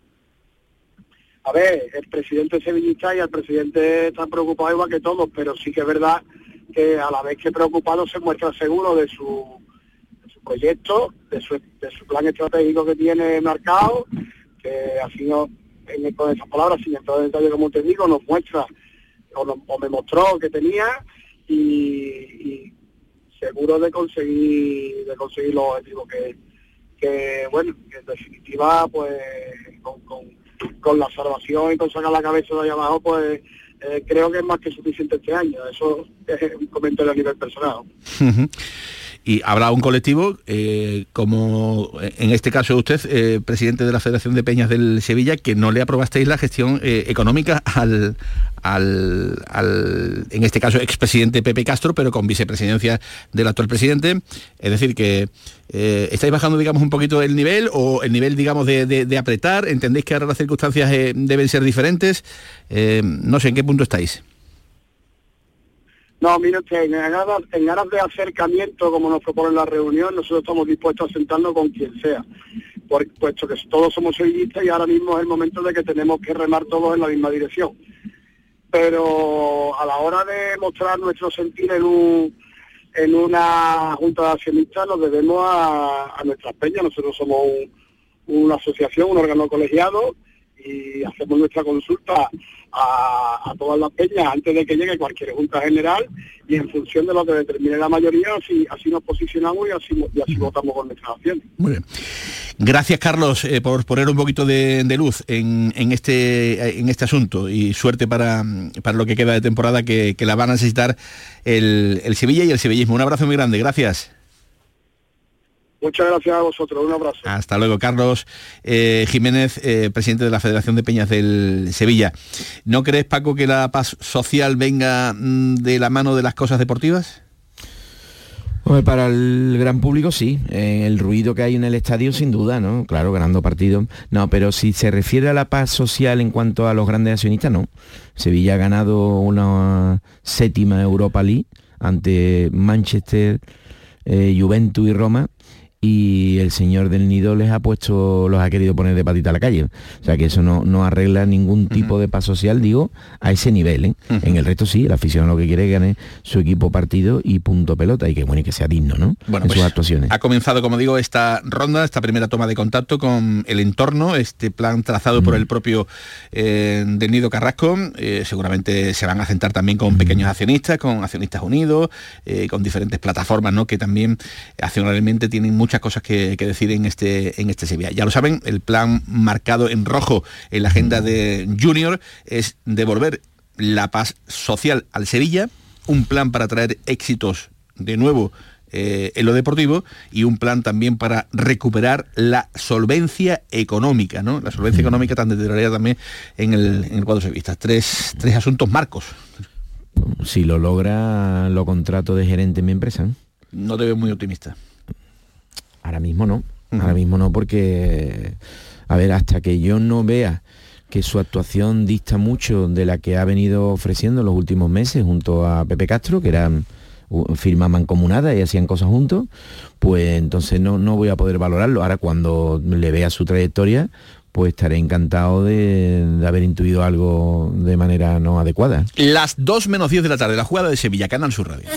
A ver, el presidente sevillista y el presidente están preocupados igual que todos, pero sí que es verdad que a la vez que preocupado se muestra seguro de su proyecto, de su, de su plan estratégico que tiene marcado, que así no, en, con esas palabras, sin entrar en detalle como te digo, nos muestra o, nos, o me mostró que tenía y, y seguro de conseguir de conseguir los objetivos que, que bueno, que en definitiva pues con, con, con la salvación y con sacar la cabeza de ahí abajo pues eh, creo que es más que suficiente este año. Eso es un comentario a nivel personal. Y habrá un colectivo, eh, como en este caso usted, eh, presidente de la Federación de Peñas del Sevilla, que no le aprobasteis la gestión eh, económica al, al, al, en este caso, expresidente Pepe Castro, pero con vicepresidencia del actual presidente. Es decir, que eh, estáis bajando, digamos, un poquito el nivel, o el nivel, digamos, de, de, de apretar. ¿Entendéis que ahora las circunstancias eh, deben ser diferentes? Eh, no sé, ¿en qué punto estáis? No, mire usted, en aras, en aras de acercamiento, como nos propone la reunión, nosotros estamos dispuestos a sentarnos con quien sea, por, puesto que todos somos sevillistas y ahora mismo es el momento de que tenemos que remar todos en la misma dirección. Pero a la hora de mostrar nuestro sentir en un en una junta de accionistas nos debemos a, a nuestras peñas. Nosotros somos un, una asociación, un órgano colegiado, y hacemos nuestra consulta a, a todas las peñas antes de que llegue cualquier junta general, y en función de lo que determine la mayoría, así, así nos posicionamos y así, y así votamos con nuestras acciones. Muy bien. Gracias, Carlos, eh, por poner un poquito de, de luz en, en este en este asunto, y suerte para, para lo que queda de temporada, que, que la van a necesitar el, el Sevilla y el sevillismo. Un abrazo muy grande, gracias. Muchas gracias a vosotros, un abrazo. Hasta luego. Carlos eh, Jiménez, eh, presidente de la Federación de Peñas del Sevilla. ¿No crees, Paco, que la paz social venga mm, de la mano de las cosas deportivas? Pues para el gran público sí, eh, el ruido que hay en el estadio sin duda, ¿no? Claro, ganando partidos. No, pero si se refiere a la paz social en cuanto a los grandes accionistas, no. Sevilla ha ganado una séptima Europa League ante Manchester, eh, Juventus y Roma, y el señor del Nido les ha puesto, los ha querido poner de patita a la calle. O sea que eso no, no arregla ningún tipo uh-huh. de paz social, digo, a ese nivel, ¿eh? Uh-huh. En el resto sí, el aficionado lo que quiere es ganar su equipo partido y punto pelota, y que bueno, y que sea digno, ¿no? Bueno, en pues, sus actuaciones. Ha comenzado, como digo, esta ronda, esta primera toma de contacto con el entorno, este plan trazado uh-huh. por el propio eh, del Nido Carrasco. Eh, seguramente se van a sentar también con uh-huh. pequeños accionistas, con Accionistas Unidos, eh, con diferentes plataformas, ¿no? Que también accionalmente tienen muchas cosas que, que decir en este, en este Sevilla. Ya lo saben, el plan marcado en rojo en la agenda de Junior es devolver la paz social al Sevilla, un plan para traer éxitos de nuevo eh, en lo deportivo y un plan también para recuperar la solvencia económica, ¿no? La solvencia económica tan deteriorada también en el, en el cuadro sevillista. Tres, tres asuntos marcos. Si lo logra, lo contrato de gerente en mi empresa, ¿no? No te veo muy optimista. Ahora mismo no, uh-huh. ahora mismo no, porque, a ver, hasta que yo no vea que su actuación dista mucho de la que ha venido ofreciendo en los últimos meses junto a Pepe Castro, que eran firma mancomunada y hacían cosas juntos, pues entonces no, no voy a poder valorarlo. Ahora cuando le vea su trayectoria, pues estaré encantado de, de haber intuido algo de manera no adecuada. Las dos menos diez de la tarde, la jugada de Sevilla, Canal Sur Radio.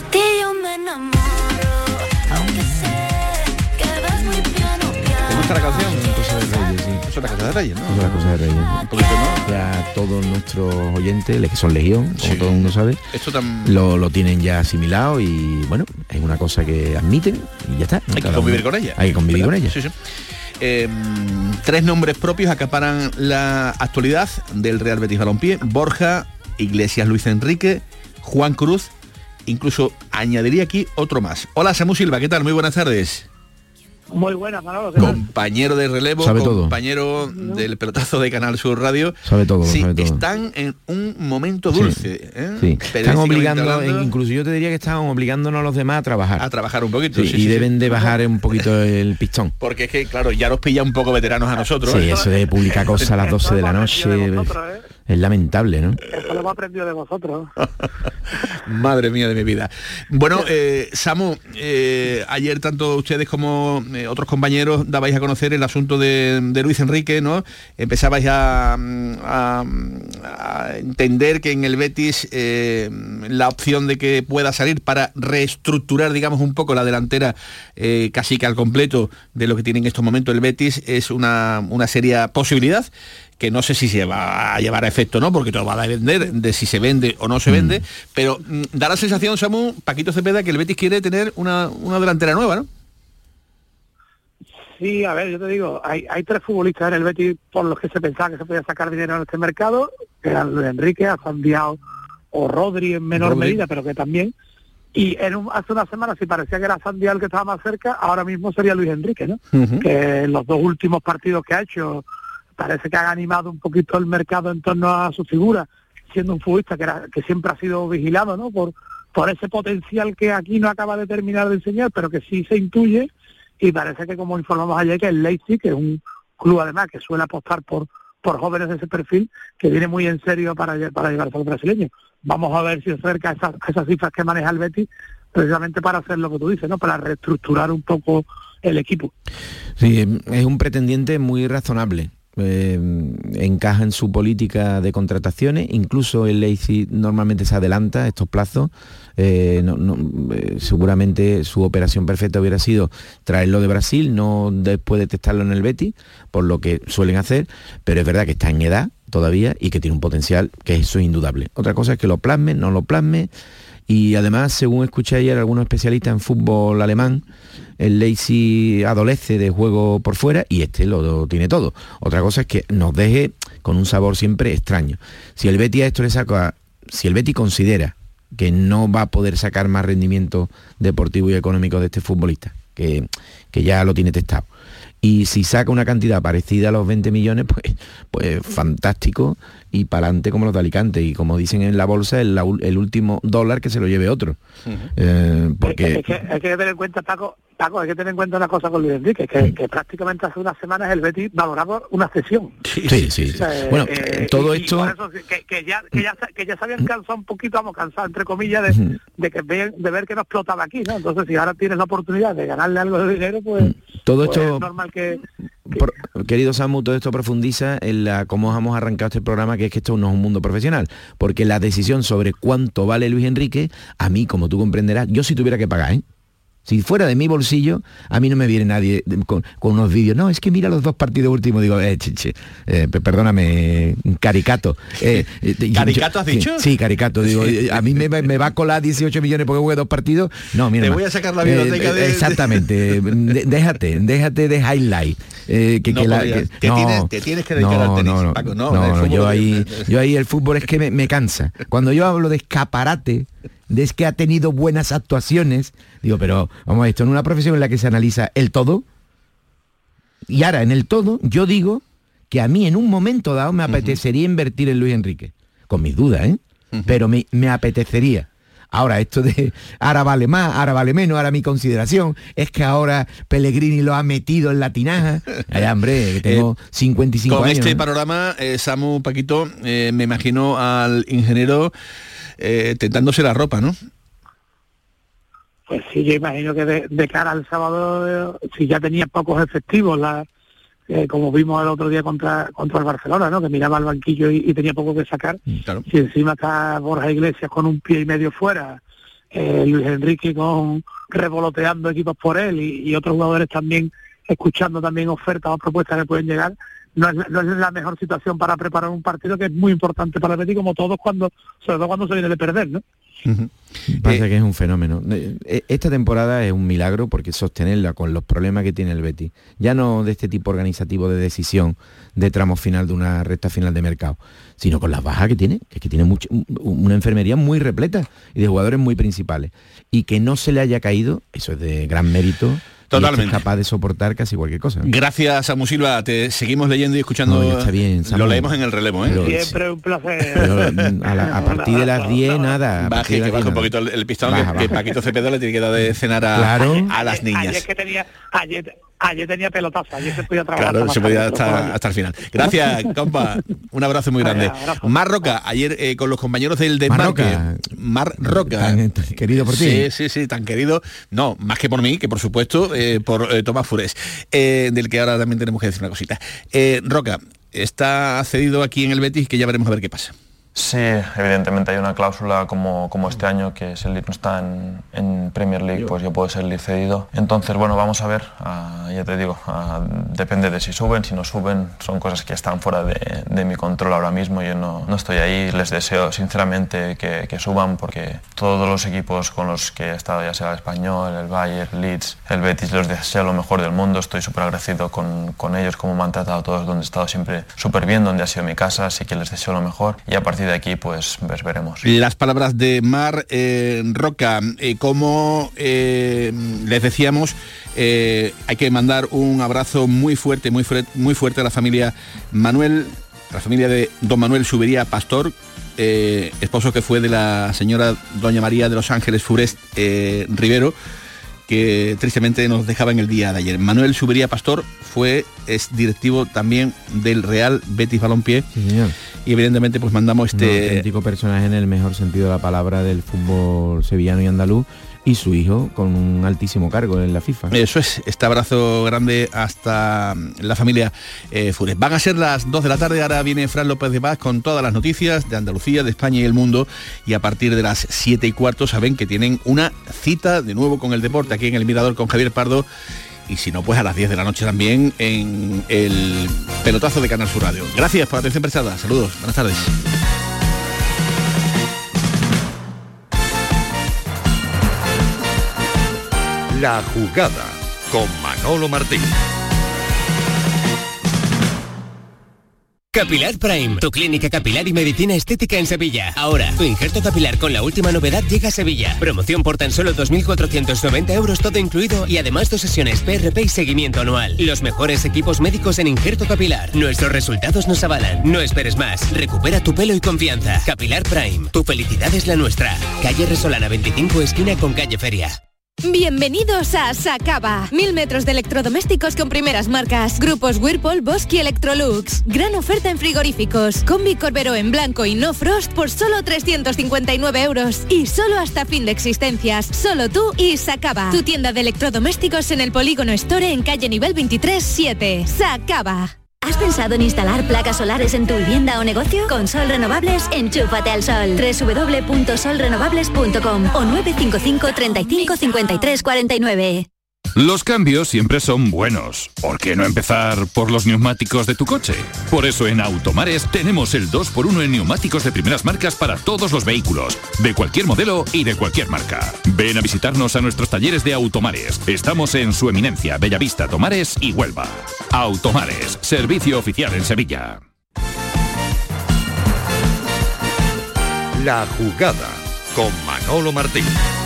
¿La canción? Cosa de Reyes, sí. Eso es la Casa de Reyes, ¿no? Eso es la Cosa de Reyes. Un poquito, ¿no? Ya todos nuestros oyentes, que son legión, como sí. todo el mundo sabe, Esto tan... lo, lo tienen ya asimilado y bueno, es una cosa que admiten y ya está. Hay que convivir con ella. Hay que convivir ¿verdad? con ella. Sí, sí. Eh, tres nombres propios acaparan la actualidad del Real Betis Balompié: Borja, Iglesias, Luis Enrique, Juan Cruz, incluso añadiría aquí otro más. Hola, Samu Silva, ¿qué tal? Muy buenas tardes. Muy buenas, Manolo. Compañero de relevo, sabe compañero todo. del pelotazo de Canal Sur Radio. Sabe todo, sí, sabe todo. Están en un momento dulce. Sí, ¿eh? sí. Están obligando, hablando, incluso yo te diría que están obligándonos a los demás a trabajar. A trabajar un poquito. Sí, sí, y sí, deben sí. de bajar un poquito el pistón. Porque es que, claro, ya nos pilla un poco veteranos a nosotros. Sí, ¿eh? eso de publicar cosas a las doce de la noche de vosotros, ¿eh? Es lamentable, ¿no? Eso lo hemos aprendido de vosotros. Madre mía de mi vida. Bueno, eh, Samu, eh, ayer tanto ustedes como eh, otros compañeros dabais a conocer el asunto de, de Luis Enrique, ¿no? Empezabais a, a, a entender que en el Betis eh, la opción de que pueda salir para reestructurar, digamos, un poco la delantera eh, casi que al completo de lo que tiene en estos momentos el Betis es una, una seria posibilidad, que no sé si se va a llevar a efecto, ¿no? Porque todo va a depender de si se vende o no se vende, mm. pero mm, da la sensación, Samu, Paquito Cepeda, que el Betis quiere tener una, una delantera nueva, ¿no? Sí, a ver, yo te digo, hay, hay tres futbolistas en el Betis por los que se pensaba que se podía sacar dinero en este mercado, que eran Luis Enrique, Hassan Diao o Rodri en menor Rodri. medida, pero que también, y en un, hace una semana si parecía que era Hassan Diao el que estaba más cerca, ahora mismo sería Luis Enrique, ¿no? Uh-huh. Que en los dos últimos partidos que ha hecho parece que han animado un poquito el mercado en torno a su figura, siendo un futbolista que, era, que siempre ha sido vigilado, ¿no? Por, por ese potencial que aquí no acaba de terminar de enseñar, pero que sí se intuye, y parece que, como informamos ayer, que el Leipzig, que es un club además que suele apostar por, por jóvenes de ese perfil, que viene muy en serio para, para llevarse al brasileño. Vamos a ver si acerca esas, esas cifras que maneja el Betis, precisamente para hacer lo que tú dices, ¿no? Para reestructurar un poco el equipo. Sí, es un pretendiente muy razonable. Eh, encaja en su política de contrataciones, incluso el Leipzig normalmente se adelanta estos plazos. Eh, no, no, eh, seguramente su operación perfecta hubiera sido traerlo de Brasil, no después de testarlo en el Betis, por lo que suelen hacer, pero es verdad que está en edad todavía y que tiene un potencial, que eso es indudable. Otra cosa es que lo plasme, no lo plasme. Y además, según escuché ayer algunos especialistas en fútbol alemán, el Leipzig adolece de juego por fuera y este lo, lo tiene todo. Otra cosa es que nos deje con un sabor siempre extraño. Si el Betis a esto le saca, si el Betis considera que no va a poder sacar más rendimiento deportivo y económico de este futbolista, que, que ya lo tiene testado. Y si saca una cantidad parecida a los veinte millones, pues, pues fantástico, y para adelante como los de Alicante. Y como dicen en la bolsa, el, el último dólar que se lo lleve otro. Uh-huh. eh, porque... Es que, hay que tener en cuenta, Paco, Paco, hay que tener en cuenta una cosa con Luis Enrique, que, uh-huh. que prácticamente hace unas semanas el Betis valoraba una cesión. Sí, sí, sí. sí. O sea, bueno, eh, todo y, esto... Y eso, que, que, ya, que, ya, que ya se habían cansado un poquito, vamos, cansado entre comillas, de, uh-huh. de, que ve, de ver que no explotaba aquí, ¿no? Entonces, si ahora tienes la oportunidad de ganarle algo de dinero, pues... Uh-huh. Todo pues esto... es normal que... que... Por, querido Samu, todo esto profundiza en la cómo hemos arrancado este programa, que es que esto no es un mundo profesional, porque la decisión sobre cuánto vale Luis Enrique, a mí, como tú comprenderás, yo si tuviera que pagar, ¿eh? Si fuera de mi bolsillo, a mí no me viene nadie con, con unos vídeos. No, es que mira los dos partidos últimos. Digo, eh, che, che, eh, perdóname, caricato. Eh, ¿Caricato has dicho? Sí, caricato. Digo, a mí me, me va a colar dieciocho millones porque jugué dos partidos. No, mira. Te voy a sacar la biblioteca eh, de... Exactamente. de, déjate, déjate de highlight. Eh, que, no, que la, que, que, no, tienes, te tienes que dedicar no, al tenis, no, Paco. No, no, no yo, ahí, de... yo ahí el fútbol es que me, me cansa. Cuando yo hablo de escaparate, de es que ha tenido buenas actuaciones, digo, pero vamos, esto en una profesión en la que se analiza el todo, y ahora en el todo yo digo que a mí en un momento dado me apetecería uh-huh. invertir en Luis Enrique, con mis dudas, ¿eh? Uh-huh. Pero me, me apetecería. Ahora esto de ahora vale más, ahora vale menos, ahora mi consideración es que ahora Pellegrini lo ha metido en la tinaja. Ay, hombre, que tengo eh, cincuenta y cinco con años. Con este ¿no? panorama, eh, Samu, Paquito, eh, me imagino al ingeniero eh, tentándose la ropa, ¿no? Pues sí, yo imagino que de, de cara al sábado, eh, si ya tenía pocos efectivos, la, eh, como vimos el otro día contra contra el Barcelona, ¿no? Que miraba al banquillo y, y tenía poco que sacar. Claro. Si encima está Borja Iglesias con un pie y medio fuera, eh, Luis Enrique con revoloteando equipos por él y, y otros jugadores también escuchando también ofertas o propuestas que pueden llegar, no es, no es la mejor situación para preparar un partido que es muy importante para el Betis, como todos cuando, sobre todo cuando se viene de perder, ¿no? Uh-huh. Pasa eh, que es un fenómeno. Esta temporada es un milagro porque sostenerla con los problemas que tiene el Betis, ya no de este tipo organizativo de decisión de tramo final de una recta final de mercado, sino con las bajas que tiene, que es que tiene mucho, una enfermería muy repleta y de jugadores muy principales, y que no se le haya caído, eso es de gran mérito. Totalmente. Y es capaz de soportar casi cualquier cosa. Gracias, Samu Silva. Te seguimos leyendo y escuchando. No, está bien, lo leemos en el relevo, ¿eh? Pero, siempre un placer. Pero a, la, a partir de las diez, nada. Baje, que baja un poquito el, el pistón, baja, que, baja. que Paquito Cepeda le tiene que dar de cenar a, claro. a, a las niñas. Ayer que tenía... Ayer, Ayer tenía pelotazo, ayer se podía trabajar. Claro, se podía hasta, hasta el final. Gracias, compa. Un abrazo muy grande. Mar Roca, ayer eh, con los compañeros del Desmarque. Mar Roca. Tan, tan querido por ti. Sí, sí, sí, tan querido. No, más que por mí, que por supuesto, eh, por eh, Tomás Fures, eh, del que ahora también tenemos que decir una cosita. Eh, Roca, está cedido aquí en el Betis, que ya veremos a ver qué pasa. Sí, evidentemente hay una cláusula como, como este año, que si el Leeds no está en, en Premier League, pues yo puedo ser Leeds cedido. Entonces, bueno, vamos a ver, uh, ya te digo, uh, depende de si suben, si no suben, son cosas que están fuera de, de mi control ahora mismo, yo no, no estoy ahí, les deseo sinceramente que, que suban, porque todos los equipos con los que he estado, ya sea el Español, el Bayern, Leeds, el Betis, les deseo lo mejor del mundo, estoy súper agradecido con, con ellos, como me han tratado todos, donde he estado siempre súper bien, donde ha sido mi casa, así que les deseo lo mejor, y a partir de aquí pues, pues veremos. Las palabras de Mar eh, Roca, eh, como eh, les decíamos, eh, hay que mandar un abrazo muy fuerte, muy fuerte, muy fuerte a la familia Manuel, a la familia de don Manuel Subería Pastor, eh, esposo que fue de la señora doña María de los Ángeles Fures eh, Rivero, que tristemente nos dejaba en el día de ayer. Manuel Subería Pastor fue es directivo también del Real Betis Balompié. Sí, señor. Y evidentemente pues mandamos este... Un auténtico personaje en el mejor sentido de la palabra del fútbol sevillano y andaluz, y su hijo con un altísimo cargo en la FIFA. Eso es, este abrazo grande hasta la familia eh, Fures. Van a ser las dos de la tarde, ahora viene Fran López de Paz con todas las noticias de Andalucía, de España y el mundo, y a partir de las siete y cuarto saben que tienen una cita de nuevo con el deporte aquí en el Mirador con Javier Pardo, y si no, pues a las diez de la noche también en el pelotazo de Canal Sur Radio. Gracias por la atención prestada, saludos, buenas tardes. La jugada con Manolo Martín. Capilar Prime, tu clínica capilar y medicina estética en Sevilla. Ahora, tu injerto capilar con la última novedad llega a Sevilla. Promoción por tan solo dos mil cuatrocientos noventa euros todo incluido y además dos sesiones P R P y seguimiento anual. Los mejores equipos médicos en injerto capilar. Nuestros resultados nos avalan. No esperes más. Recupera tu pelo y confianza. Capilar Prime, tu felicidad es la nuestra. Calle Resolana veinticinco, esquina con calle Feria. Bienvenidos a Sacaba. Mil metros de electrodomésticos con primeras marcas. Grupos Whirlpool, Bosch y Electrolux. Gran oferta en frigoríficos. Combi Corbero en blanco y no frost por solo trescientos cincuenta y nueve euros. Y solo hasta fin de existencias. Solo tú y Sacaba. Tu tienda de electrodomésticos en el Polígono Store en calle nivel veintitrés siete. Sacaba. ¿Has pensado en instalar placas solares en tu vivienda o negocio? Con Sol Renovables, enchúfate al sol. doble u doble u doble u punto sol renovables punto com o nueve cinco cinco, treinta y cinco, cincuenta y tres, cuarenta y nueve. Los cambios siempre son buenos. ¿Por qué no empezar por los neumáticos de tu coche? Por eso en Automares tenemos el dos por uno en neumáticos de primeras marcas para todos los vehículos, de cualquier modelo y de cualquier marca. Ven a visitarnos a nuestros talleres de Automares. Estamos en Su Eminencia, Bellavista, Tomares y Huelva. Automares, servicio oficial en Sevilla. La jugada con Manolo Martín.